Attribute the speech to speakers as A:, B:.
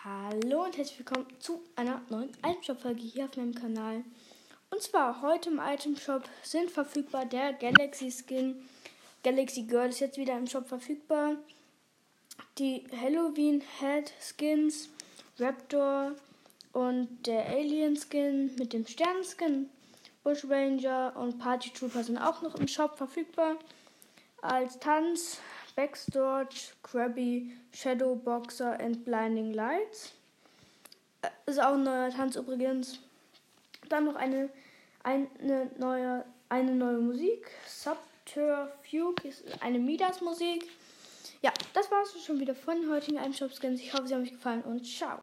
A: Hallo und herzlich willkommen zu einer neuen Itemshop-Folge hier auf meinem Kanal. Und zwar heute im Itemshop sind verfügbar der Galaxy Skin. Galaxy Girl ist jetzt wieder im Shop verfügbar. Die Halloween Head Skins, Raptor und der Alien Skin mit dem Stern-Skin. Bush Ranger und Party Trooper sind auch noch im Shop verfügbar. Als Tanz Backstorch, Krabby, Shadow Boxer and Blinding Lights. Ist auch ein neuer Tanz übrigens. Dann noch eine neue Musik. Subterfuge ist eine Midas-Musik. Ja, das war es schon wieder von den heutigen Itemshop-Skins. Ich hoffe, sie haben euch gefallen und ciao.